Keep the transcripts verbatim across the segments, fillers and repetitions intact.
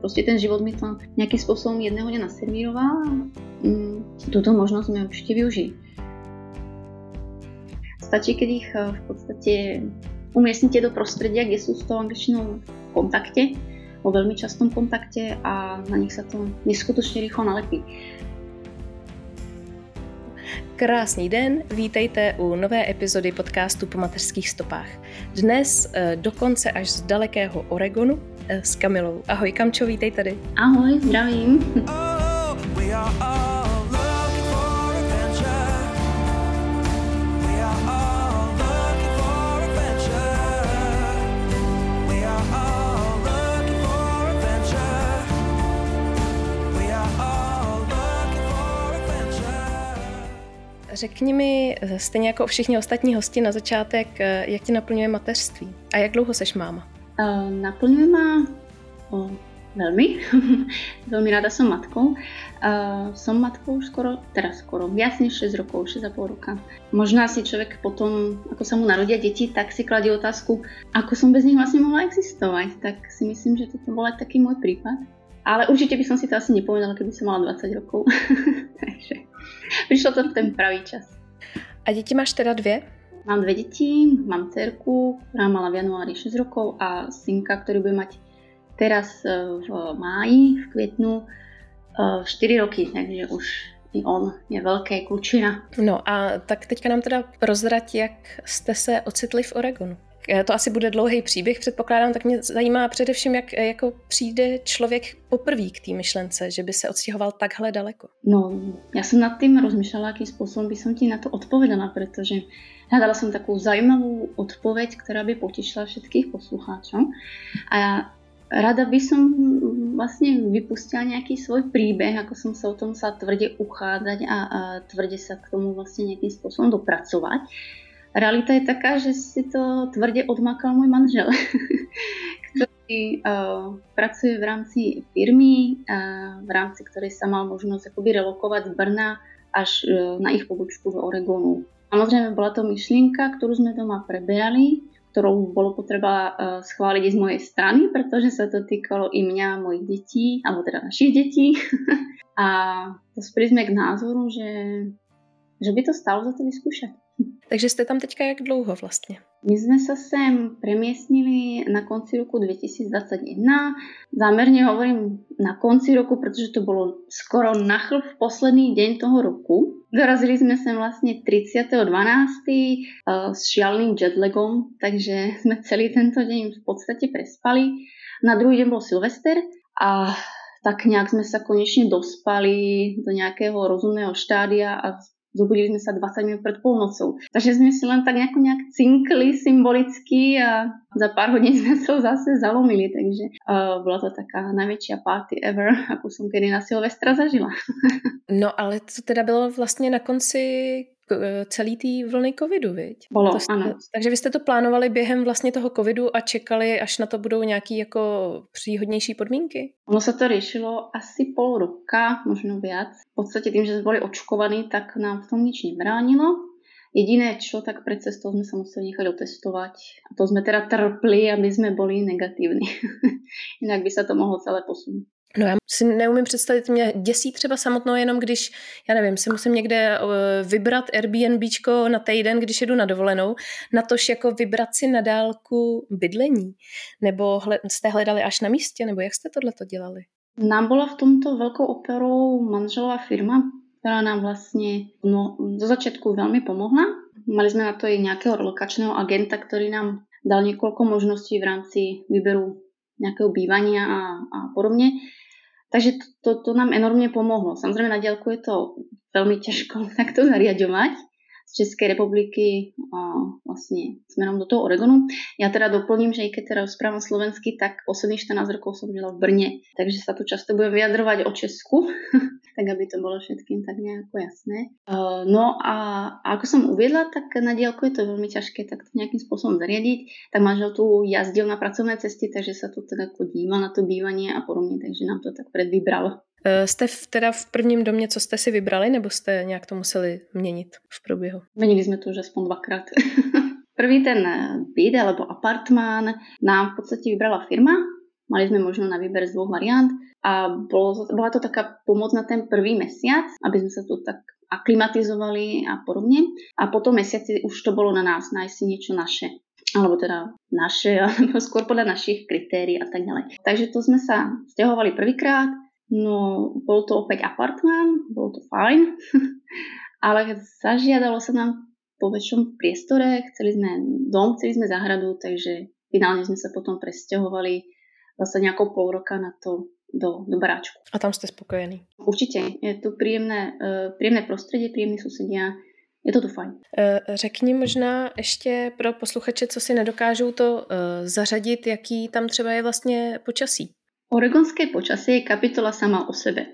Proste ten život mi to nejakým spôsobom jedného dňa naservíroval a mm, túto možnosť sme určite využili. Stačí, keď ich v podstate umiestnite do prostredia, kde sú s tou angličtinou v kontakte, vo veľmi častom kontakte a na nich sa to neskutočne rýchlo nalepí. Krásný den, vítejte u nové epizody podcastu Po mateřských stopách. Dnes dokonce až z dalekého Oregonu s Kamilou. Ahoj Kamčo, vítej tady. Ahoj, zdravím. Řekni mi, stejně jako všichni ostatní hosti na začátek, jak ti naplňuje mateřství a jak dlouho seš máma? Uh, naplňuje ma uh, veľmi. Veľmi rada som matkou. Uh, som matkou už skoro, teraz skoro, viac než šesť rokov, šesť a pol roka. Možno si človek potom, ako sa mu narodia deti, tak si kladie otázku, ako som bez nich vlastne mohla existovať. Tak si myslím, že toto bol aj taký môj prípad. Ale určite by som si to asi nepovedala, keby som mala dvadsať rokov. Takže prišlo to v ten pravý čas. A děti máš teda dvě? Mám dve deti, mám dcerku, ktorá mala v januári šesť rokov a synka, ktorý bude mať teraz v máji, v květnu štyri roky, takže už i on je velké klučina. No a tak teďka nám teda prozrať, jak jste se ocitli v Oregonu. To asi bude dlouhý příběh, předpokládám, tak mě zajímá především, jak jako přijde člověk poprvé k té myšlence, že by se odstěhoval takhle daleko. No, ja som nad tým rozmýšľala, akým spôsobom by som ti na to odpovedala, pretože hľadala som takú zaujímavú odpoveď, ktorá by potešila všetkých poslucháčov. A ja rada by som vlastne vypustila nejaký svoj príbeh, ako som sa o tom sa tvrde uchádzať a, a tvrde sa k tomu vlastne nejakým spôsobom dopracovať. Realita je taká, že si to tvrde odmakal môj manžel, ktorý uh, pracuje v rámci firmy, uh, v rámci ktorej sa mal možnosť akoby relokovať z Brna až uh, na ich pobočku v Oregonu. Samozrejme bola to myšlienka, ktorú sme doma preberali, ktorou bolo potreba uh, schváliť z mojej strany, pretože sa to týkalo i mňa, mojich detí, alebo teda našich detí. A dospeli sme k názoru, že, že by to stalo za to vyskúšať. Takže jste tam teďka jak dlouho vlastně? My sme sa sem premiestnili na konci roku dvetisícdvadsaťjeden. Zámerne hovorím na konci roku, pretože to bolo skoro na chlp posledný deň toho roku. Dorazili sme sem vlastne tridsiateho decembra uh, s šialným jetlagom, takže sme celý tento deň v podstate prespali. Na druhý deň bol Silvester a tak nejak sme sa konečne dospali do nejakého rozumného štádia a zobudili sme sa dvadsať minút pred polnocou. Takže sme si len tak nejako nejak cinkli symbolicky a za pár hodín sme sa zase zalomili. Takže uh, bola to taká najväčšia party ever, akú som kedy na Silvestra zažila. No ale to teda bylo vlastně na konci celý té vlny covidu, viď? Bolo, to, ano. Takže vy jste to plánovali během vlastně toho covidu a čekali, až na to budou nějaký jako příhodnější podmínky? Ono sa to riešilo asi pol roka, možno viac. V podstate tým, že sme boli očkovaní, tak nám v tom nič nebránilo. Jediné čo, tak pred cestou sme sa museli nechať otestovať. A to sme teda trpli, aby sme boli negatívni. Inak by sa to mohlo celé posunúť. No já si neumím představit, mě děsí třeba samotnou jenom, když, já nevím, si musím někde vybrat Airbnbčko na týden, když jedu na dovolenou, natož jako vybrat si na dálku bydlení. Nebo hle, jste hledali až na místě, nebo jak jste tohleto dělali? Nám bola v tomto veľkou operou manželová firma, ktorá nám vlastne no, do začiatku veľmi pomohla. Mali sme na to aj nejakého relokačného agenta, ktorý nám dal niekoľko možností v rámci výberu nejakého bývania a, a podobne. Takže to, to, to nám enormne pomohlo. Samozrejme na diaľku je to veľmi ťažko takto zariaďovať z Českej republiky a vlastne smerom do toho Oregonu. Ja teda doplním, že i keď teda rozprávam slovensky, tak posledných štrnásť rokov som žila v Brne, takže sa tu často budem vyjadrovať o Česku, tak aby to bolo všetkým tak nejako jasné. No a, a ako som uviedla, tak na diaľku je to veľmi ťažké tak to nejakým spôsobom zariadiť. Tak manžel tu jazdil na pracovné cesty, takže sa tu tak ako díval na to bývanie a podobne, takže nám to tak predvybral. Jste v, teda v prvním domě, co jste si vybrali, nebo jste nějak to museli měnit v průběhu? Menili sme to už aspoň dvakrát. Prvý ten byt alebo apartmán nám v podstate vybrala firma. Mali sme možno na výber z dvoch variant a bolo, bola to taká pomoc na ten prvý mesiac, aby sme sa tu tak aklimatizovali a podobne. A potom mesiaci už to bolo na nás nájsť si niečo naše. Alebo teda naše, alebo skôr podľa našich kritérií a tak ďalej. Takže to sme sa sťahovali prvýkrát, no bol to opäť apartmán, bolo to fajn, ale zažiadalo sa nám po väčšom priestore, chceli sme dom, chceli sme záhradu, takže finálne sme sa potom presťahovali vlastne nejakou pol roka na to do, do baráčku. A tam ste spokojení? Určite, je tu príjemné, príjemné prostredie, príjemní susedia, je to tu fajn. Řekni možná ještě pro posluchače, co si nedokážou to zařadit, jaký tam třeba je vlastně počasí. Oregonské počasí je kapitola sama o sebe.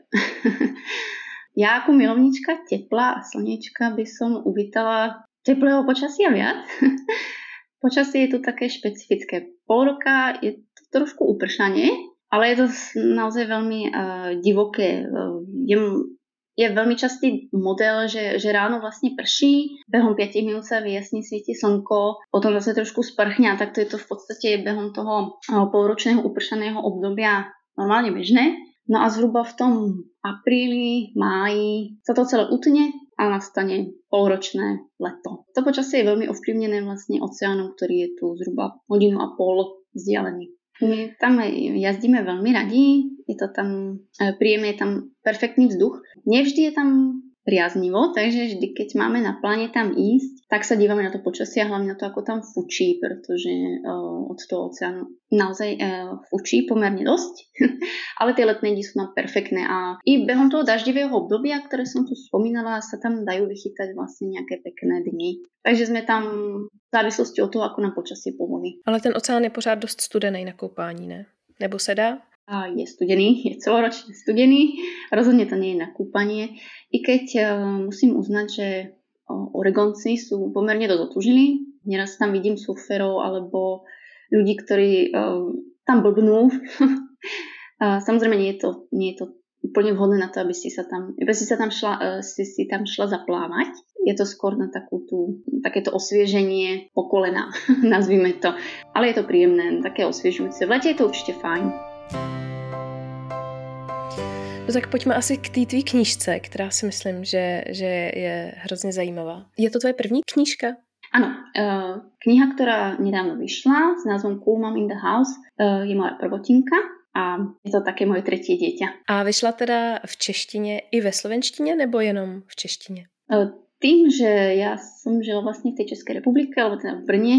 Ja ako milovníčka tepla a slniečka by som uvítala teplého počasia viac. Počasie je tu také špecifické. Pol roka je to trošku upršanie, ale je to naozaj veľmi uh, divoké. Je, je veľmi častý model, že, že ráno vlastne prší, behom päť minút sa vyjasní, svieti slnko, potom zase trošku sprchne, tak to je to v podstate behom toho uh, polročného upršaného obdobia normálne bežné. No a zhruba v tom apríli, máji sa to celé utne a nastane polročné leto. To počasie je veľmi ovplyvnené vlastne oceánom, ktorý je tu zhruba hodinu a pol vzdialený. My tam jazdíme veľmi radi, je to tam príjemné, je tam perfektný vzduch. Nevždy je tam priaznivo, takže vždy, keď máme na pláne tam ísť, tak sa dívame na to počasie a hlavne na to, ako tam fučí, pretože uh, od toho oceánu naozaj uh, fučí pomerne dosť, ale tie letné dni sú tam perfektné a i behom toho daždivého obdobia, ktoré som tu spomínala, sa tam dajú vychytať vlastne nejaké pekné dni. Takže sme tam v závislosti od toho, ako nám počasie povolí. Ale ten oceán je pořád dost studený na koupání, ne? Nebo se dá? A je studený, je celoročne studený, rozhodne to nie je na kúpanie. I keď uh, musím uznať, že uh, Oregonci sú pomerne dosť otužili. Neraz tam vidím surferov alebo ľudí, ktorí uh, tam blbnú. uh, samozrejme nie je, to, nie je to úplne vhodné na to, aby si sa tam, aby si sa tam šla, uh, si, si tam šla zaplávať. Je to skôr na takú tú, takéto osvieženie po kolená, nazvime to. Ale je to príjemné, také osviežujúce. V lete je to určite fajn. No tak pojďme asi k té tvý knížce, která si myslím, že, že je hrozně zajímavá. Je to tvoje první knížka? Áno, kniha, ktorá nedávno vyšla s názvom Cool Mom in the House, je moja prvotinka a je to také moje tretie dieťa. A vyšla teda v češtině i ve slovenštině nebo jenom v češtině? Tým, že ja som žila vlastne v tej Českej republike, alebo teda v Brne,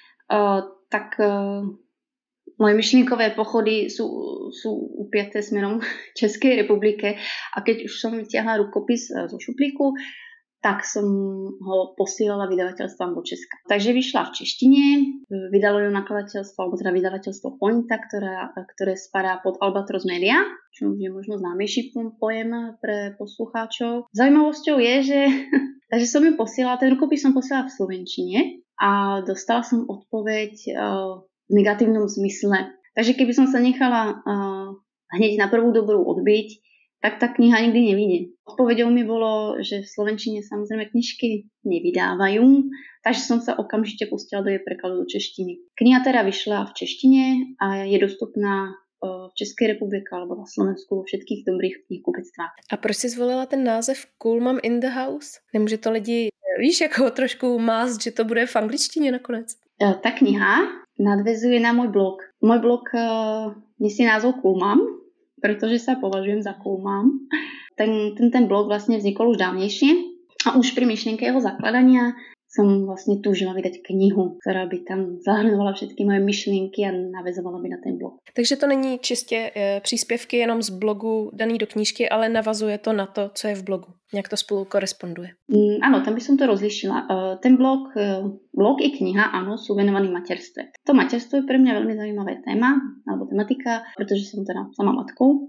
tak moje myšlienkové pochody sú, sú upiaté smerom Českej republike a keď už som vytiahla rukopis zo šuplíku, tak som ho posielala vydavateľstvám do Česka. Takže vyšla v češtine, vydalo ju nakladateľstvo, alebo teda vydavateľstvo Pointa, ktorá, ktoré spadá pod Albatros Media, čo je možno známejší pojem pre poslucháčov. Zaujímavosťou je, že, takže som ju posielala, ten rukopis som posielala v slovenčine a dostala som odpoveď uh, v negatívnom zmysle. Takže keby som sa nechala uh, hneď na prvú dobrú odbiť, tak tá kniha nikdy nevyjde. Odpoveďou mi bolo, že v slovenčine samozrejme knižky nevydávajú, takže som sa okamžite pustila do jej prekladu do češtiny. Kniha teda vyšla v češtine a je dostupná uh, v Českej republike alebo na Slovensku vo všetkých dobrých knihkupectvách. A proč si zvolila ten název Cool Mom in the House? Nemůže to lidi, víš, jako trošku mást, že to bude v angličtině nakonec? Uh, tá kniha nadväzuje na môj blog. Môj blog uh, nesie názov Cool Mom, pretože sa považujem za cool mom. Ten, ten, ten blog vlastne vznikol už dávnejšie a už pri myšlienke jeho zakladania som vlastne túžila vydať knihu, ktorá by tam zahrnovala všetky moje myšlienky a navezovala by na ten blog. Takže to není čistě e, příspěvky jenom z blogu daný do knížky, ale navazuje to na to, co je v blogu. Jak to spolu koresponduje? Mm, áno, tam by som to rozlišila. E, ten blog, e, blog i kniha, áno, sú venovaní materstve. To materstvo je pre mňa veľmi zaujímavé téma, alebo tematika, pretože som teda sama matkou.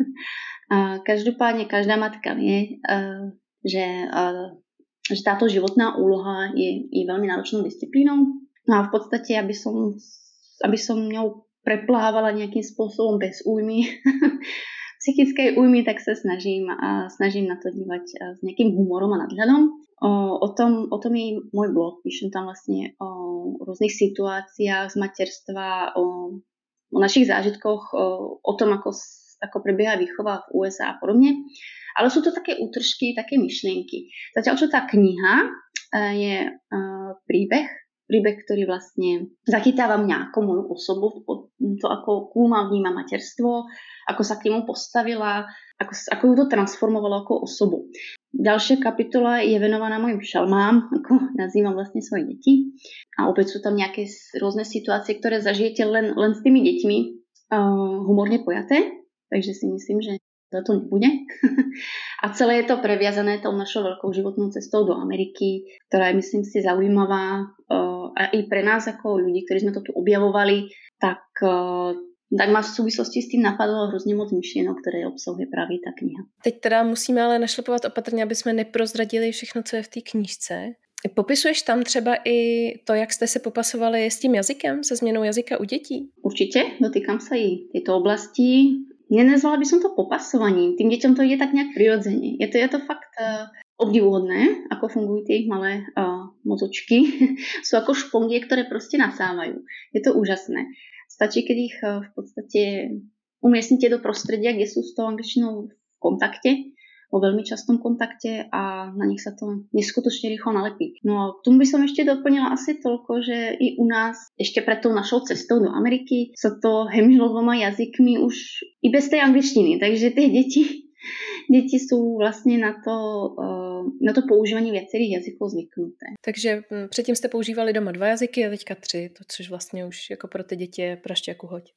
A každopádne každá matka vie, e, že e, že táto životná úloha je, je veľmi náročnou disciplínou. No a v podstate, aby som, aby som ňou preplávala nejakým spôsobom bez újmy, psychickej újmy, tak sa snažím, a snažím na to dívať s nejakým humorom a nadhľadom. O, o, tom, o tom je môj blog. Píšem tam vlastne o rôznych situáciách z materstva, o o našich zážitkoch, o, o tom, ako, ako prebieha výchova v ú es á a podobne. Ale sú to také útržky, také myšlienky. Zatiaľ, čo tá kniha je príbeh, príbeh, ktorý vlastne zachytáva mňa ako moju osobu, to, ako Kúma vníma materstvo, ako sa k nemu postavila, ako, ako ju to transformovalo ako osobu. Ďalšia kapitola je venovaná mojim šalmám, ako nazývam vlastne svoje deti. A opäť sú tam nejaké rôzne situácie, ktoré zažijete len, len s tými deťmi, uh, humorne pojaté, takže si myslím, že to nebude. A celé je to previazané tou našou veľkou životnou cestou do Ameriky, ktorá je, myslím si, zaujímavá uh, a i pre nás ako ľudí, ktorí sme to tu objavovali, tak, uh, tak ma v súvislosti s tým napadlo hrozně moc myšlienok, které obsahuje právě ta kniha. Teď teda musíme ale našlapovat opatrně, aby jsme neprozradili všechno, co je v té knížce. Popisuješ tam třeba i to, jak jste se popasovali s tím jazykem, se změnou jazyka u dětí? Určitě, dotýkam sa i tejto oblasti. Nenazvala by som to popasovaním. Tým deťom to ide tak nejak prirodzene. Je to, je to fakt uh, obdivuhodné, ako fungujú tie ich malé uh, mozočky. Sú ako špongie, ktoré proste nasávajú. Je to úžasné. Stačí, keď ich uh, v podstate umiestnite do prostredia, kde sú s tou angličtinou v kontakte, vo veľmi častom kontakte a na nich sa to neskutočne rýchlo nalepí. No a k tomu by som ešte doplnila asi toľko, že i u nás ešte pred tou našou cestou do Ameriky sa to hemžilo dvoma jazykmi už i bez tej angličtiny, takže tie deti, deti sú vlastne na to, na to používanie viacerých jazykov zvyknuté. Takže předtím jste používali doma dva jazyky a teďka tři, to což vlastně už jako pro ty děti je prašť ako hoď.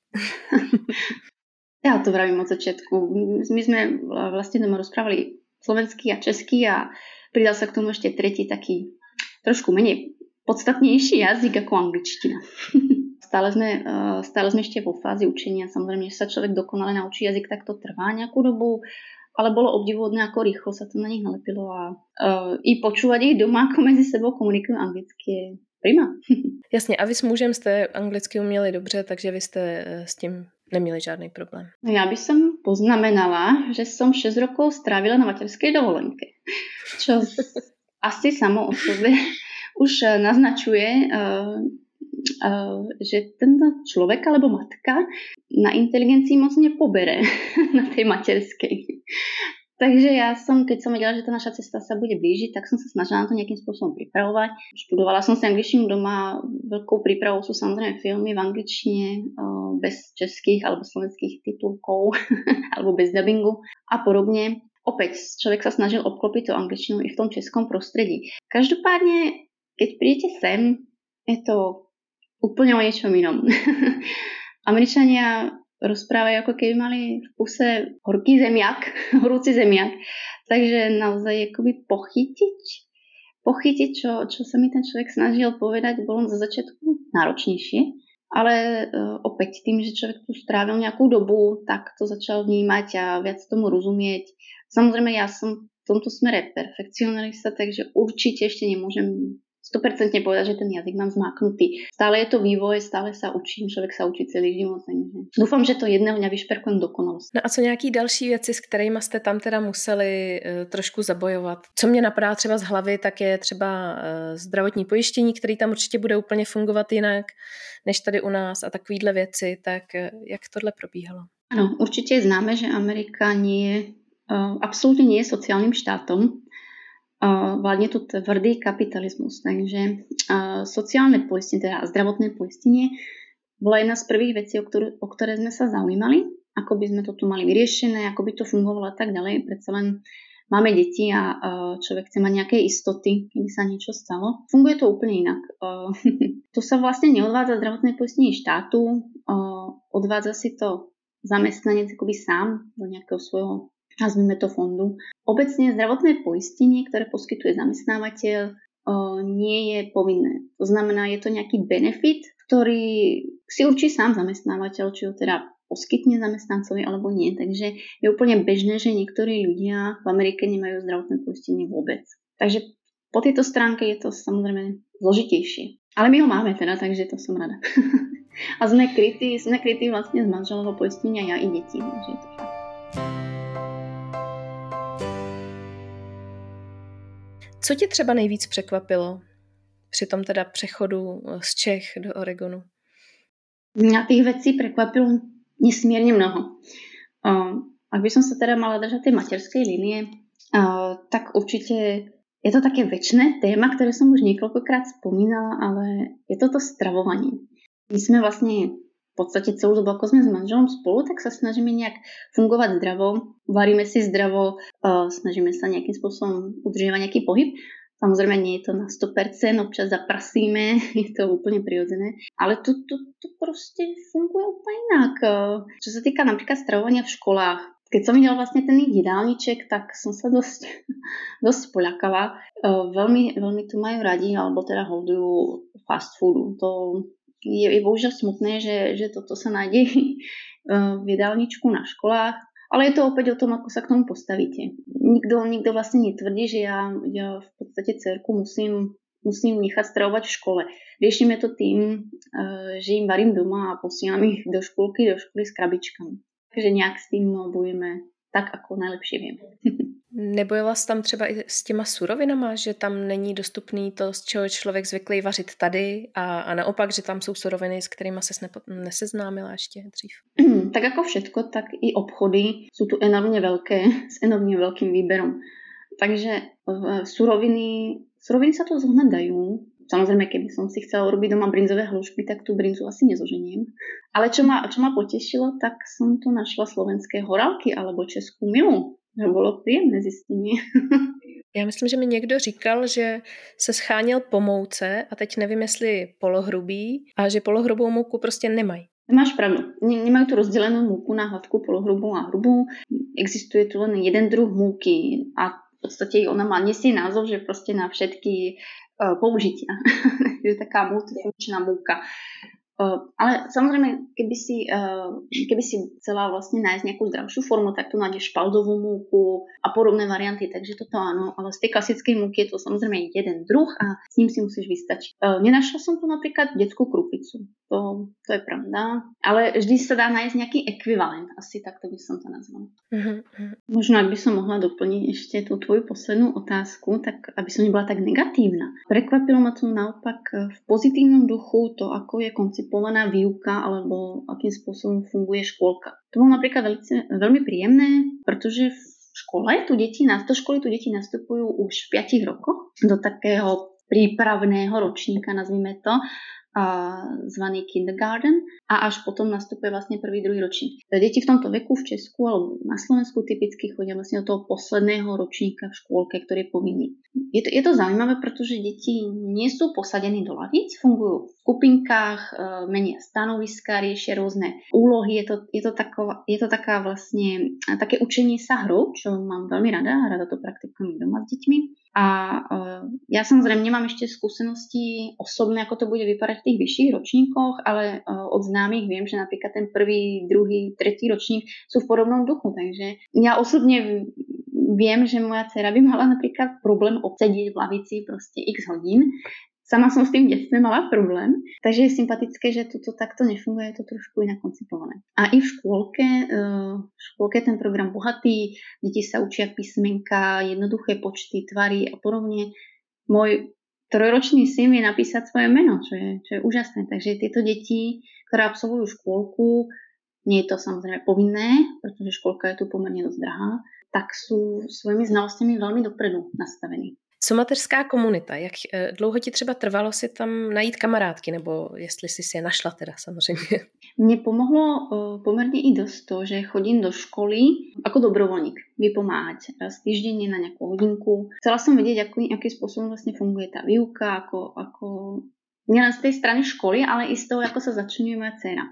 Ja to vravím od začiatku. My sme vlastne doma rozprávali slovenský a český a pridal sa k tomu ešte tretí taký trošku menej podstatnejší jazyk ako angličtina. Stále sme, stále sme ešte vo fázi učenia. Samozrejme, že sa človek dokonale naučí jazyk, tak to trvá nejakú dobu, ale bolo obdivuhodné, ako rýchlo sa to na nich nalepilo a uh, i počúvať ich doma, ako medzi sebou komunikujú anglicky je prima. Jasně, a vy s mužem jste anglicky uměli dobře, takže vy jste s tím neměli žádný problém. Ja by som poznamenala, že som šesť rokov strávila na materskej dovolenke, čo asi samo o sebe už naznačuje, uh, uh, že tento človek alebo matka na inteligencii moc nepobere na tej materskej. Takže ja som, keď som vedela, že tá naša cesta sa bude blížiť, tak som sa snažila na to nejakým spôsobom pripravovať. Študovala som si angličtinu doma, veľkou prípravou sú samozrejme filmy v angličtine, bez českých alebo slovenských titulkov, alebo bez dubbingu a podobne. Opäť, človek sa snažil obklopiť tú angličtinu i v tom českom prostredí. Každopádne, keď prídete sem, je to úplne o niečom inom. Američania rozprávajú, ako keby mali v puse horký zemiak, horúci zemiak. Takže naozaj akoby pochytiť, pochytiť, čo, čo sa mi ten človek snažil povedať, bolo za začiatku náročnejšie. Ale uh, opäť tým, že človek tu strávil nejakú dobu, tak to začal vnímať a viac tomu rozumieť. Samozrejme, ja som v tomto smere perfekcionalista, takže určite ešte nemôžem sto percent povedať, že ten jazyk mám zmáknutý. Stále je to vývoj, stále sa učím, človek sa učí celý život. Takže dúfam, že to jedného dňa vyšperkujem dokonalost. No a co nějaký další věci, s kterými jste tam teda museli uh, trošku zabojovat? Co mě napadá třeba z hlavy, tak je třeba uh, zdravotní pojištění, který tam určitě bude úplně fungovat jinak než tady u nás a takovýhle věci. Tak uh, jak tohle probíhalo? Ano, určitě je známe, že Amerika nie je, uh, absolútne nie je sociálnym štátom. Uh, vládne tu tvrdý kapitalizmus, takže uh, sociálne poistenie, teda zdravotné poistenie bola jedna z prvých vecí, o, ktorú, o ktoré sme sa zaujímali, ako by sme to tu mali vyriešené, ako by to fungovalo a tak ďalej. Predsa len máme deti a uh, človek chce mať nejaké istoty, keby sa niečo stalo. Funguje to úplne inak. Uh, to sa vlastne neodvádza zdravotné poistenie štátu, uh, odvádza si to zamestnanec akoby sám do nejakého svojho, nazvime to, fondu. Obecne zdravotné poistenie, ktoré poskytuje zamestnávateľ, nie je povinné. To znamená, je to nejaký benefit, ktorý si určí sám zamestnávateľ, či ho teda poskytne zamestnancovi alebo nie. Takže je úplne bežné, že niektorí ľudia v Amerike nemajú zdravotné poistenie vôbec. Takže po tejto stránke je to samozrejme zložitejšie. Ale my ho máme teda, takže to som rada. A sme krytí, sme krytí vlastne z manželovho poistenia ja i deti. Takže je to fakt. Co tě třeba nejvíc překvapilo při tom teda přechodu z Čech do Oregonu? Mňa tých vecí prekvapilo nesmierne mnoho. Ak by som sa teda mala držať tej materskej línie, tak určite je to také večné téma, ktoré som už niekoľkokrát spomínala, ale je to to stravovanie. My sme vlastne v podstate celú dobu, ako sme s manželom spolu, tak sa snažíme nejak fungovať zdravo, varíme si zdravo, snažíme sa nejakým spôsobom udržiavať nejaký pohyb. Samozrejme nie je to na sto percent, občas zaprasíme, je to úplne prirodzené, ale to, to, to proste funguje úplne inak. Čo sa týka napríklad stravovania v školách, keď som videla vlastne ten ich jedálniček, tak som sa dosť, dosť poľakala. Veľmi, veľmi tu majú radi, alebo teda holdujú fast foodu. To je, je bohužiaľ smutné, že, že toto sa nájde v jedálničku na školách. Ale je to opäť o tom, ako sa k tomu postavíte. Nikto, nikto vlastne netvrdí, že ja, ja v podstate dcerku musím, musím nechať stravovať v škole. Riešime to tým, že im varím doma a posílam ich do škôlky, do školy s krabičkami. Takže nejak s tým bojujeme tak, ako najlepšie vieme. Nebojovala jsi tam třeba i s těma surovinama, že tam není dostupný to, z čeho člověk zvyklý vařit tady a, a naopak, že tam jsou suroviny, s kterými ses nepo, neseznámila ještě dřív? Tak ako všetko, tak i obchody sú tu enormne veľké, s enormne veľkým výberom. Takže suroviny, suroviny sa tu zohnať dajú. Samozrejme, keby som si chcela urobiť doma brinzové hĺžky, tak tú brinzu asi nezoženiem. Ale čo ma, čo ma potešilo, tak som tu našla slovenské horálky alebo českú milu. To bylo příjemné zjistění. Já myslím, že mi někdo říkal, že se scháněl po mouce a teď nevím, jestli polohrubý a že polohrubou mouku prostě nemají. Máš pravdu. Nemajú tu rozdelenou múku na hladkú, polohrubú a hrubú. Existuje tu len jeden druh múky a v podstate ona má nesie názov, že proste na všetky uh, použitia. Je taká multifunkčná múka. Uh, ale samozrejme, keby si, uh, keby si chcela vlastne nájsť nejakú zdravšiu formu, tak tu nájdeš špaldovú múku a podobné varianty, takže toto áno, ale z tej klasickej múky je to samozrejme jeden druh a s ním si musíš vystačiť. Uh, nenašla som tu napríklad detskú krupicu, to, to je pravda, ale vždy sa dá nájsť nejaký ekvivalent, asi takto by som to nazvala. Mm-hmm. Možno, ak by som mohla doplniť ešte tú tvoju poslednú otázku, tak aby som nebola tak negatívna. Prekvapilo ma to naopak v pozitívnom duchu to, ako je koncipovaná výuka alebo akým spôsobom funguje škôlka. To bolo napríklad veľmi, veľmi príjemné, pretože v škole tu deti, do školy tu deti nastupujú už v piatich rokoch do takého prípravného ročníka, nazvime to, zvaný kindergarten a až potom nastupuje vlastne prvý, druhý ročník. Deti v tomto veku v Česku alebo na Slovensku typicky chodia vlastne do toho posledného ročníka v škôlke, ktorý je povinný. Je to, je to zaujímavé, pretože deti nie sú posadení do lavíc, fungujú v skupinkách, menia stanoviska, riešia rôzne úlohy. Je to, je to, tako, je to taká vlastne také učenie sa hrou, čo mám veľmi rada, rada to praktikujem doma s deťmi. A uh, ja samozrejme nemám ešte skúsenosti osobné, ako to bude vypadať v tých vyšších ročníkoch, ale uh, od známych viem, že napríklad ten prvý, druhý, tretí ročník sú v podobnom duchu. Takže ja osobne viem, že moja dcera by mala napríklad problém obsedieť v lavici proste x hodín. Sama som s tým v detstve mala problém, takže je sympatické, že toto takto nefunguje, je to trošku inak koncipované. A i v škôlke, v škôlke ten program bohatý, deti sa učia písmenka, jednoduché počty, tvary a podobne. Môj trojročný syn vie napísať svoje meno, čo je, čo je úžasné. Takže tieto deti, ktoré absolvujú škôlku, nie je to samozrejme povinné, pretože škôlka je tu pomerne dosť drahá, tak sú svojimi znalostmi veľmi dopredu nastavení. Co mateřská komunita? Jak dlouho ti třeba trvalo si tam najít kamarádky, nebo jestli jsi si je našla teda samozřejmě? Mne pomohlo uh, pomerne i dosť to, že chodím do školy ako dobrovoľník vypomáhať raz týždenne na nejakú hodinku. Chcela som vedieť, aký, aký spôsobom vlastne funguje tá výuka, ako, ako nielen z tej strany školy, ale i z toho, ako sa začínuje moja dcéra.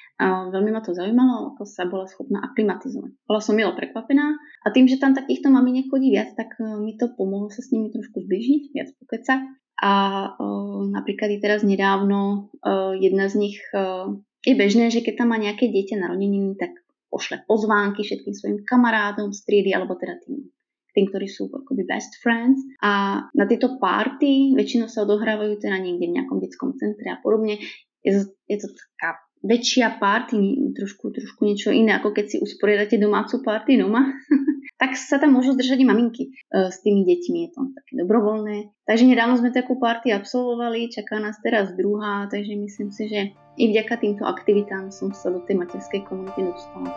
A veľmi ma to zaujímalo, ako sa bola schopná aklimatizovať. Bola som milo prekvapená a tým, že tam takýchto maminiek chodí viac, tak mi to pomohlo sa s nimi trošku zbližiť, viac pokecať. A uh, napríklad i teraz nedávno uh, jedna z nich uh, je bežné, že keď tam má nejaké dieťa narodeniny, tak pošle pozvánky všetkým svojim kamarádom z triedy, alebo teda tým, tým, ktorí sú akoby best friends. A na tieto party väčšinou sa odohrávajú teda niekde v nejakom detskom centre a podobne. Je to, je to taká väčšia party, trošku, trošku niečo iné, ako keď si usporiadate domácu party doma, tak sa tam môžu zdržať i maminky e, s tými deťmi, je to také dobrovoľné. Takže nedávno sme takú party absolvovali, čaká nás teraz druhá, takže myslím si, že i vďaka týmto aktivitám som sa do tej materskej komunity dostala.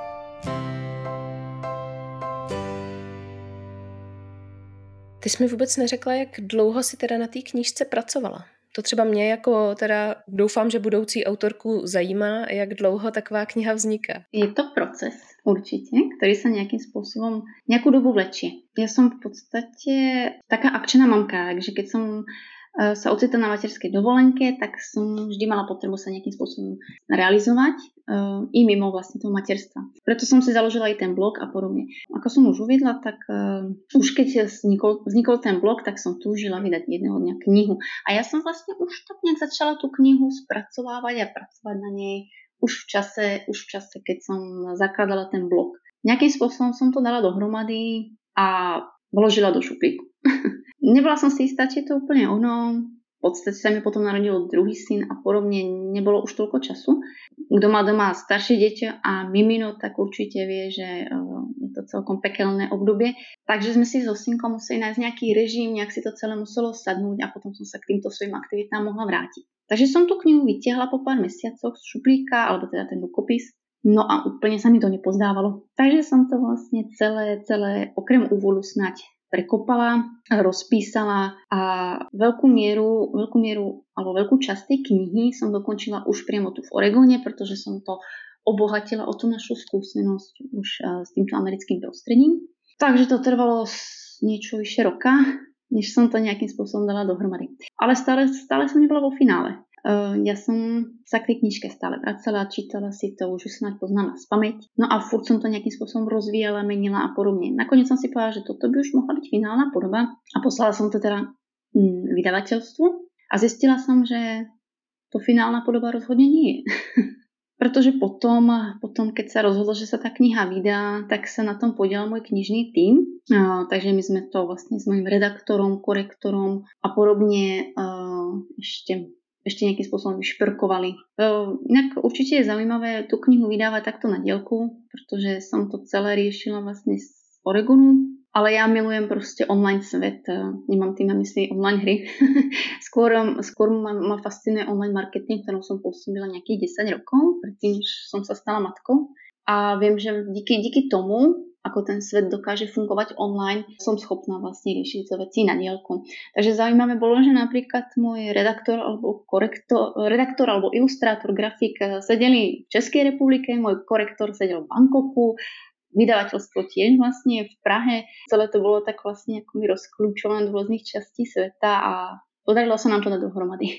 Ty jsi mi vůbec neřekla, jak dlouho si teda na té knížce pracovala. To třeba mě jako teda doufám, že budoucí autorku zajímá, jak dlouho taková kniha vzniká. Je to proces určite, ktorý sa nejakým spôsobom nejakú dobu vlečie. Ja som v podstate taká akčná mamka, takže keď som sa ocitla na materskej dovolenke, tak som vždy mala potrebu sa nejakým spôsobom realizovať uh, i mimo vlastne toho materstva. Preto som si založila aj ten blog a podobne. Ako som už uviedla, tak uh, už keď vznikol, vznikol ten blog, tak som túžila vydať jedného dňa knihu. A ja som vlastne už tak nejak začala tú knihu spracovávať a pracovať na nej už v čase, už v čase, keď som zakladala ten blog. Nejakým spôsobom som to dala dohromady a vložila do šuplíku. Nebola som si istá, či je to úplne ono. V podstate sa mi potom narodil druhý syn a podobne nebolo už toľko času. Kto má doma staršie dieťa a mimino, tak určite vie, že je to celkom pekelné obdobie. Takže sme si so synkom museli nájsť nejaký režim, nejak si to celé muselo sadnúť a potom som sa k týmto svojim aktivitám mohla vrátiť. Takže som tú knihu vytiahla po pár mesiacoch z šuplíka, alebo teda ten rukopis. No a úplne sa mi to nepozdávalo. Takže som to vlastne celé, celé okrem úvodu snáď prekopala, rozpísala a veľkú mieru, veľkú mieru alebo veľkú časť tej knihy som dokončila už priamo tu v Oregone, pretože som to obohatila o tú našu skúsenosť už s týmto americkým prostredím. Takže to trvalo niečo vyše roka, než som to nejakým spôsobom dala dohromady. Ale stále, stále som nebola vo finále. Uh, ja som sa k tej knižke stále vracala, čítala si to, už snáď poznala spamäť. No a furt som to nejakým spôsobom rozvíjala, menila a podobne. Nakoniec som si povedala, že toto by už mohla byť finálna podoba a poslala som to teda mm, vydavateľstvu a zistila som, že to finálna podoba rozhodne nie je. Pretože potom, potom, keď sa rozhodlo, že sa tá kniha vydá, tak sa na tom podielal môj knižný tím. Uh, takže my sme to vlastne s mojím redaktorom, korektorom a podobne uh, ešte ešte nejakým spôsobom vyšperkovali. Inak určite je zaujímavé tú knihu vydávať takto na diaľku, pretože som to celé riešila vlastne z Oregonu, ale ja milujem proste online svet, nemám tým na mysli online hry. skôr skôr ma, ma fascinuje online marketing, ktorom som pôsobila nejakých desať rokov, predtým, než som sa stala matkou. A viem, že díky, díky tomu, ako ten svet dokáže fungovať online, som schopná vlastne riešiť tie veci na diaľku. Takže zaujímavé bolo, že napríklad môj redaktor alebo korektor, redaktor alebo ilustrátor, grafik sedeli v Českej republike, môj korektor sedel v Bangkoku, vydavateľstvo tiež vlastne v Prahe. Celé to bolo tak vlastne ako mi rozklúčované do rôznych častí sveta a podarilo sa nám to dať dohromady.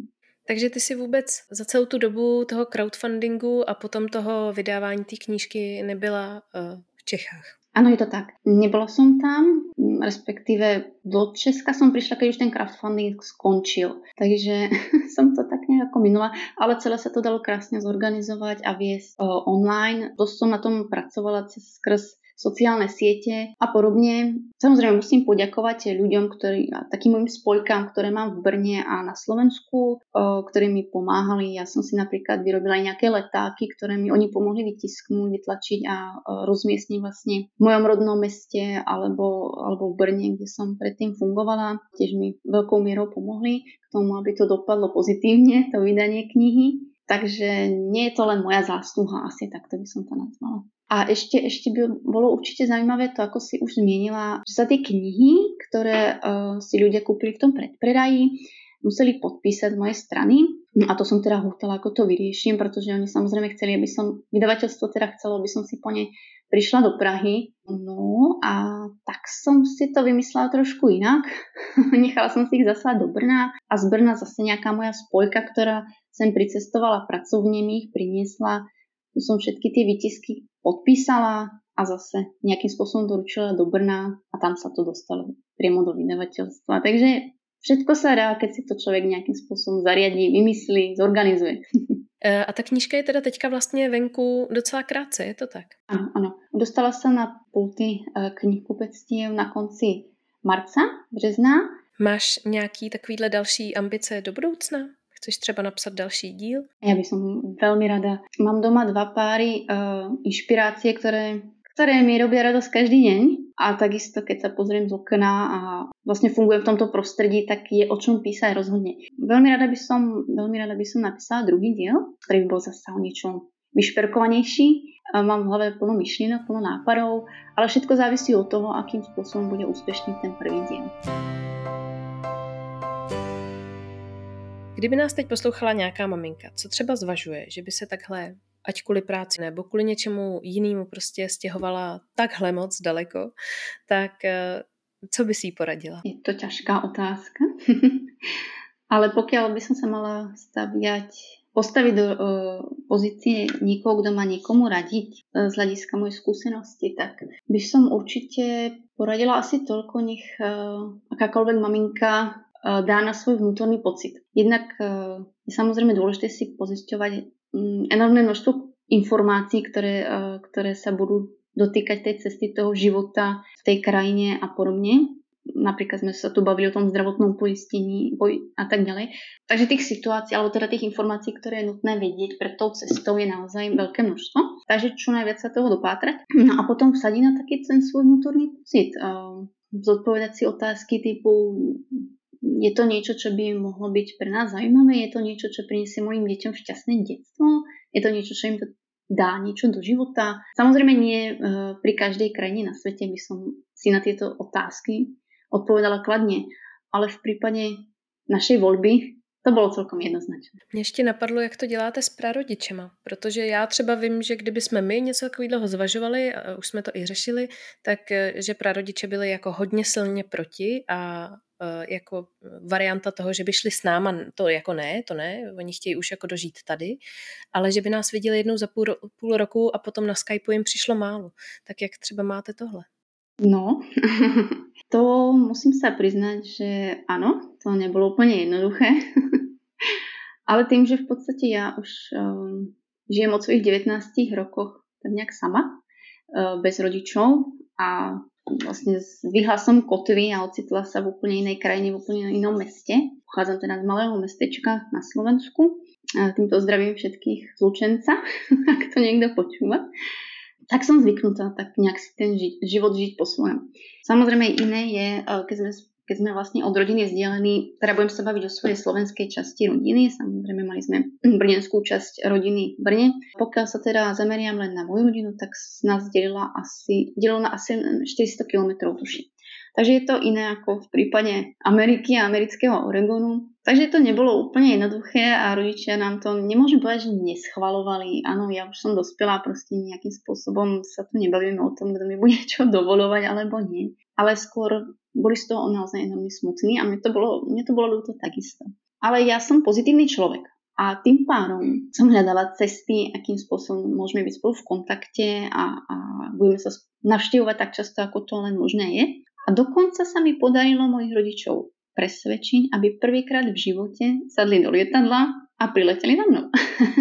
Takže ty si vůbec za celou tu dobu toho crowdfundingu a potom toho vydávání té knížky nebyla uh, v Čechách? Áno, je to tak. Nebola som tam, respektíve do Česka som prišla, keď už ten crowdfunding skončil. Takže som to tak nejako minula, ale celé sa to dalo krásne zorganizovať a viesť uh, online. Dosť som na tom pracovala cez skrz sociálne siete a podobne. Samozrejme musím poďakovať ľuďom, ktorí, takým mojim spojkám, ktoré mám v Brne a na Slovensku, ktorí mi pomáhali. Ja som si napríklad vyrobila aj nejaké letáky, ktoré mi oni pomohli vytisknúť, vytlačiť a rozmiestniť vlastne v mojom rodnom meste alebo, alebo v Brne, kde som predtým fungovala. Tiež mi veľkou mierou pomohli k tomu, aby to dopadlo pozitívne, to vydanie knihy. Takže nie je to len moja zásluha, asi takto by som to nazvala. A ešte, ešte by bolo určite zaujímavé to, ako si už zmienila, že sa tie knihy, ktoré uh, si ľudia kúpili v tom predpredaji, museli podpísať z mojej strany. No a to som teda hútala, ako to vyrieším, pretože oni samozrejme chceli, aby som, vydavateľstvo teda chcelo, aby som si po nej prišla do Prahy. No a tak som si to vymyslela trošku inak. Nechala som si ich zaslať do Brna a z Brna zase nejaká moja spojka, ktorá sem pricestovala pracovne, mi ich priniesla. Tu som všetky tie výtisky podpísala a zase nejakým spôsobom doručila do Brna a tam sa to dostalo priamo do vydavateľstva. Takže všetko sa dá, keď si to človek nejakým spôsobom zariadí, vymyslí, zorganizuje. A ta knížka je teda teďka vlastně venku docela krátce, je to tak? Áno, áno. Dostala sa na pulty knihkupectiev na konci marca, března. Máš nějaký takovýhle další ambice do budoucna? Chceš třeba napsat další díl? Ja by som veľmi rada. Mám doma dva páry uh, inšpirácie, ktoré, ktoré mi robia radosť každý deň A takisto, keď sa pozriem z okna a vlastne fungujem v tomto prostredí, tak je o čom písať rozhodne. Veľmi rada by som, veľmi rada by som napísala druhý diel, ktorý by bol zase o niečom vyšperkovanejší. Mám v hlave plno myšlienok, plno nápadov, ale všetko závisí od toho, akým spôsobom bude úspešný ten prvý diel. Kdyby nás teď poslouchala nějaká maminka, co třeba zvažuje, že by se takhle, ať kvůli práci nebo kvůli něčemu jinému prostě stěhovala takhle moc daleko, tak co by si jí poradila? Je to ťažká otázka, ale pokiaľ by som sa mala staviať, postaviť do uh, pozície niekoho, kto má niekomu radiť uh, z hľadiska mojej skúsenosti, tak by som určite poradila asi toľko, nech uh, akákoľvek maminka uh, dá na svoj vnútorný pocit. Jednak uh, je samozrejme dôležité si pozisťovať um, enormné množstvo informácií, ktoré, uh, ktoré sa budú dotýkať tej cesty toho života v tej krajine a podobne. Napríklad sme sa tu bavili o tom zdravotnom poistení a tak ďalej. Takže tých situácií, alebo teda tých informácií, ktoré je nutné vedieť pred tou cestou, je naozaj veľké množstvo. Takže čo najviac sa toho dopátrať. No a potom vsadiť na taký ten svoj vnútorný pocit. Zodpovedať si otázky typu, je to niečo, čo by mohlo byť pre nás zaujímavé, je to niečo, čo priniesie mojim deťom šťastné detstvo, je to niečo, čo im to dá niečo do života. Samozrejme nie pri každej krajine na svete by som si na tieto otázky odpovedala kladne, ale v prípade našej voľby to bylo celkom jednoznačné. Mě ještě napadlo, jak to děláte s prarodičema, protože já třeba vím, že kdyby jsme my něco takového zvažovali, a už jsme to i řešili, tak že prarodiče byli jako hodně silně proti a jako varianta toho, že by šli s náma, to jako ne, to ne, oni chtějí už jako dožít tady, ale že by nás viděli jednou za půl, půl roku a potom na Skypeu jim přišlo málo. Tak jak třeba máte tohle? No, to musím sa priznať, že áno, to nebolo úplne jednoduché. Ale tým, že v podstate ja už um, žijem od svojich devätnástich rokoch tak nejak sama, uh, bez rodičov a vlastne zdvihla som kotvy a ocitla sa v úplne inej krajine, v úplne inom meste. Pochádzam teda z malého mestečka na Slovensku. A týmto zdravím všetkých z Lučenca, ak to niekto počúva. Tak som zvyknutá tak nejak si ten ži- život žiť po svojom. Samozrejme iné je, keď sme, keď sme vlastne od rodiny vzdialení, teda budem sa baviť o svojej slovenskej časti rodiny, samozrejme mali sme brněnskú časť rodiny v Brne. Pokiaľ sa teda zameriam len na moju rodinu, tak nás delila asi, delilo na asi štyristo kilometrov tuším. Takže je to iné ako v prípade Ameriky a amerického Oregonu. Takže to nebolo úplne jednoduché a rodičia nám to, nemôžem povedať, že neschvalovali. Áno, ja už som dospelá, proste nejakým spôsobom sa tu nebavíme o tom, kto mi bude čo dovoľovať alebo nie. Ale skôr boli z toho naozaj enormne smutní a mne to bolo, mne to bolo ľúto takisto. Ale ja som pozitívny človek. A tým pádom som hľadala cesty, akým spôsobom môžeme byť spolu v kontakte a, a budeme sa navštevovať tak často, ako to len možné je. A dokonca sa mi podarilo mojich rodičov presvedčiť, aby prvýkrát v živote sadli do lietadla a prileteli za mnou.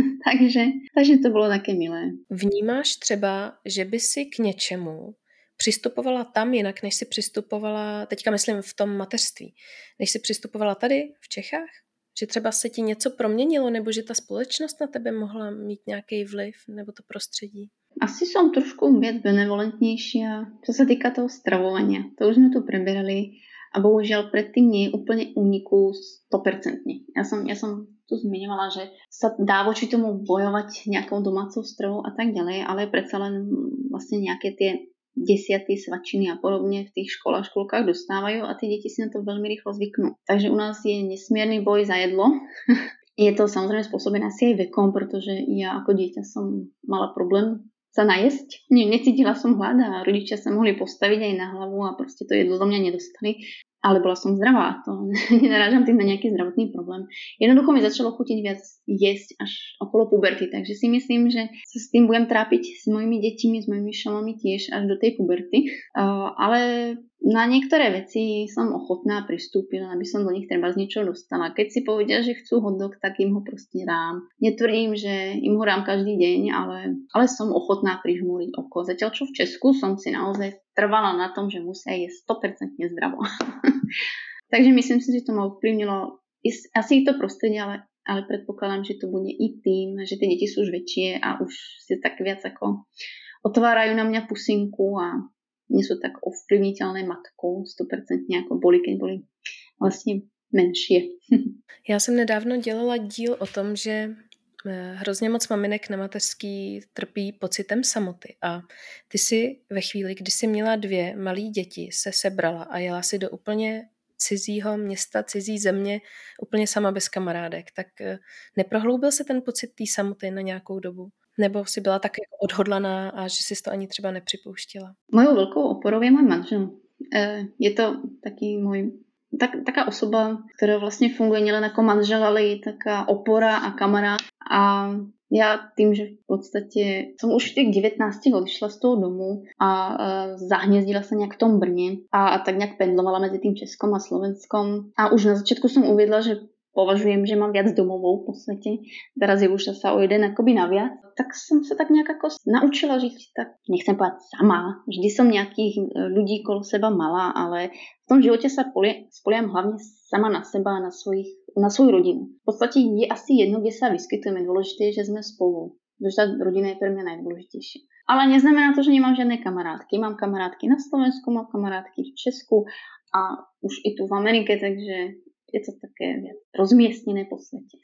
takže, takže to bylo také milé. Vnímáš třeba, že by si k něčemu přistupovala tam jinak, než si přistupovala, teďka myslím v tom mateřství, než si přistupovala tady v Čechách? Že třeba se ti něco proměnilo, nebo že ta společnost na tebe mohla mít nějaký vliv, nebo to prostředí? Asi som trošku viac benevolentnejšia, čo sa týka toho stravovania. To už sme tu preberali a bohužiaľ predtým nie je úplne úniku sto percent. Ja som, ja som tu zmiňovala, že sa dá voči tomu bojovať nejakou domácou stravou a tak ďalej, ale predsa len vlastne nejaké tie desiaty, svačiny a podobne v tých školách, školkách dostávajú a tie deti si na to veľmi rýchlo zvyknú. Takže u nás je nesmierny boj za jedlo. Je to samozrejme spôsobené asi aj vekom, pretože ja ako dieťa som mala problém sa najesť. Ne, necítila som hlad a rodičia sa mohli postaviť aj na hlavu a proste to jedlo do mňa nedostali. Ale bola som zdravá, to nenarážam tým na nejaký zdravotný problém. Jednoducho mi začalo chutiť viac jesť až okolo puberty, takže si myslím, že sa s tým budem trápiť s mojimi deťmi, s mojimi šalami tiež až do tej puberty. Uh, ale na niektoré veci som ochotná pristúpiť, aby som do nich treba z niečoho dostala. Keď si povedia, že chcú hotdog, tak im ho proste dám. Netvrdím, že im ho dám každý deň, ale, ale som ochotná prižmúriť oko. Zatiaľ čo v Česku som si naozaj trvala na tom, že musia jesť sto percent zdravo. Takže myslím si, že to ma ovplyvnilo asi to prostredie, ale, ale predpokladám, že to bude i tým, že tie deti sú už väčšie a už si tak viac ako otvárajú na mňa pusinku a nie sú tak ovplyvniteľné matkou sto procent ako boli, keď boli vlastně menší. Já jsem nedávno dělala díl o tom, že hrozně moc maminek na mateřský trpí pocitem samoty a ty si ve chvíli, kdy jsi měla dvě malé děti, se sebrala a jela si do úplně cizího města, cizí země, úplně sama bez kamarádek, tak neprohloubil se ten pocit té samoty na nějakou dobu? Nebo si byla tak odhodlaná a že si to ani třeba nepřipouštila? Mojou velkou oporou je můj manžel. Je to taký môj tak, taká osoba, ktorá vlastne funguje nielen ako manžel, ale je taká opora a kamarát. A ja tým, že v podstate som už v tých devätnástich odišla z toho domu a e, zahniezdila sa nejak v tom Brne a, a tak nejak pendlovala medzi tým Českom a Slovenskom. A už na začiatku som uviedla, že považujem, že mám viac domovov po svete. Teraz je už sa o jeden akoby naviac. Tak som sa tak nejak ako naučila žiť, tak nechcem povedať sama. Vždy som nejakých ľudí kolo seba mala, ale v tom živote sa spolieham hlavne sama na seba a na, svojich, na svoju rodinu. V podstate je asi jedno, kde sa vyskytujeme. Dôležité je, že sme spolu. Že tá rodina je pre mňa najdôležitejšia. Ale neznamená to, že nemám žiadne kamarátky. Mám kamarátky na Slovensku, mám kamarátky v Česku a už i tu v Amerike, takže je to také rozmiestnené po svete.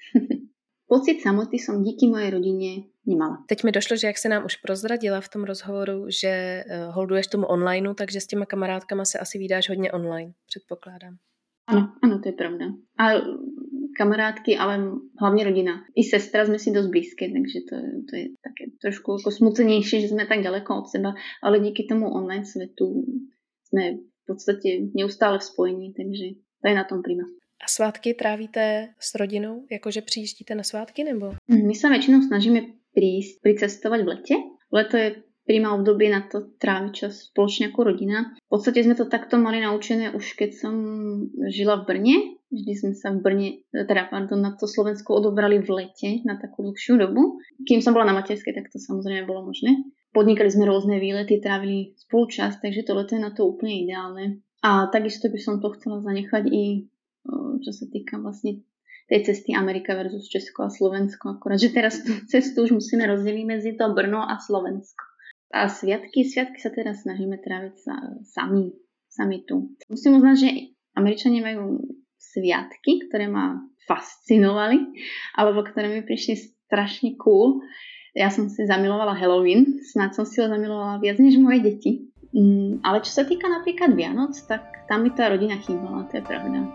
Pocit samoty som díky mojej rodine nemala. Teď mi došlo, že jak se nám už prozradila v tom rozhovoru, že holduješ tomu onlineu, takže s těma kamarádkama se asi vídáš hodně online, předpokládám. Ano, ano, to je pravda. A kamarátky, ale hlavně rodina. I sestra jsme si dost blízké, takže to, to je také trošku jako smucenější, že jsme tak daleko od seba, ale díky tomu online svetu jsme v podstatě neustále v spojení, takže to je na tom prima. A svátky trávíte s rodinou? Jakože přijíždíte na svátky, nebo? My sa väčšinou snažíme prísť, pricestovať v lete. Leto je prima obdobie na to tráviť čas spoločne ako rodina. V podstate sme to takto mali naučené už keď som žila v Brne. Vždy sme sa v Brne, teda pardon, na to Slovensko odobrali v lete na takú dlhšiu dobu. Kým som bola na materskej, tak to samozrejme bolo možné. Podnikali sme rôzne výlety, trávili spolu čas, takže to leto je na to úplne ideálne. A takisto by som to chcela zanechať i čo sa týka vlastne tej cesty Amerika versus Česko a Slovensko. Akorát, že teraz tú cestu už musíme rozdeliť medzi to Brno a Slovensko. A sviatky, sviatky sa teraz snažíme tráviť sa, sami, sami tu. Musím uznať, že Američania majú sviatky, ktoré ma fascinovali, alebo ktoré mi prišli strašne cool. Ja som si zamilovala Halloween, snáď som si ho zamilovala viac než moje deti. Mm, ale čo sa týka napríklad Vianoc, tak tam mi tá rodina chýbala, to je pravda.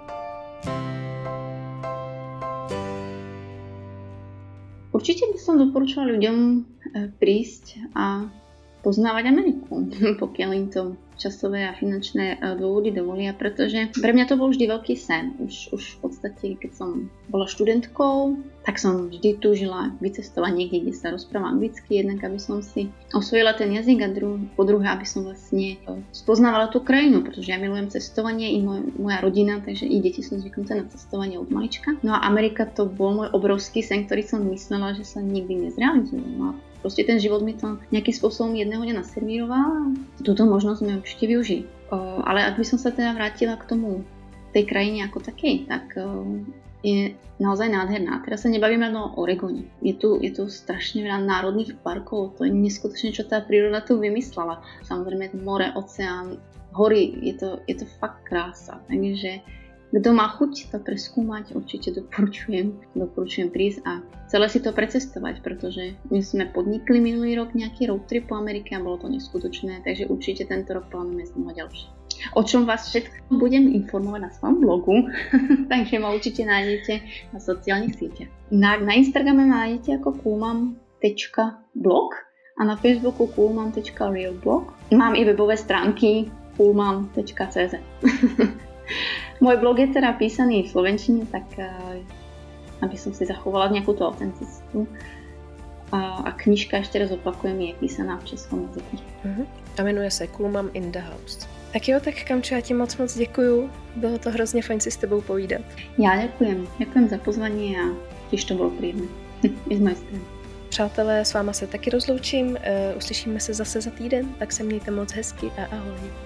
Určite by som doporučila ľuďom prísť a poznávať Ameriku, pokiaľ im to časové a finančné dôvody dovolia, pretože pre mňa to bol vždy veľký sen. Už, už v podstate, keď som bola študentkou, tak som vždy túžila vycestovať niekde, kde sa rozpráva anglicky, jednak aby som si osvojila ten jazyk a dru- po druhé, aby som vlastne spoznávala tú krajinu, pretože ja milujem cestovanie i moj, moja rodina, takže i deti sú zvyknuté na cestovanie od malička. No a Amerika to bol môj obrovský sen, ktorý som myslela, že sa nikdy nezrealizuje. No proste ten život mi to nejakým spôsobom jedného dňa naservíroval a túto možnosť sme určite využili. O, ale ak by som sa teda vrátila k tomu, tej krajine ako takej, tak o, je naozaj nádherná. Teraz sa nebavíme len o Oregone. Je tu, je tu strašne veľa národných parkov, to je neskutočne, čo tá príroda tu vymyslela. Samozrejme more, oceán, hory, je to, je to fakt krása. Takže kto má chuť to preskúmať, určite doporučujem, doporučujem prísť a celé si to precestovať, pretože my sme podnikli minulý rok nejaký road trip po Amerike a bolo to neskutočné, takže určite tento rok plánujeme znova ďalší. O čom vás všetko budem informovať na svojom blogu, takže ma určite nájdete na sociálnych sieťach. Na, na Instagrame ma nájdete ako coolmom bodka blog a na Facebooku coolmom bodka realblog. Mám i webové stránky coolmom bodka cz. Môj blog je teda písaný v slovenčine, tak aby som si zachovala nejakú tú autenticitu. A, a knižka, ešte raz opakujem, je písaná v českom jazyku. Uh-huh. A jmenuje se Cool Mom in the House. Tak jo, tak Kamčo, já ti moc moc děkuju. Bylo to hrozně fajn si s tebou povídat. Já děkujem. Děkujem za pozvání a těž to bylo příjemné. I z mojej strany. Přátelé, s váma se taky rozloučím. Uh, uslyšíme se zase za týden, tak se mějte moc hezky a ahoj.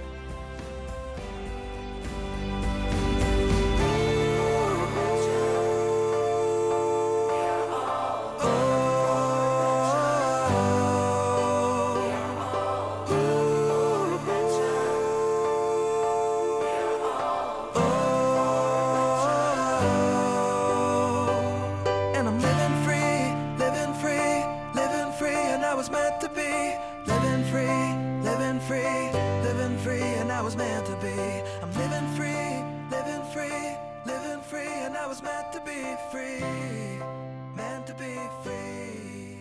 meant to be. Living free, living free, living free, and I was meant to be. I'm living free, living free, living free, and I was meant to be free, meant to be free.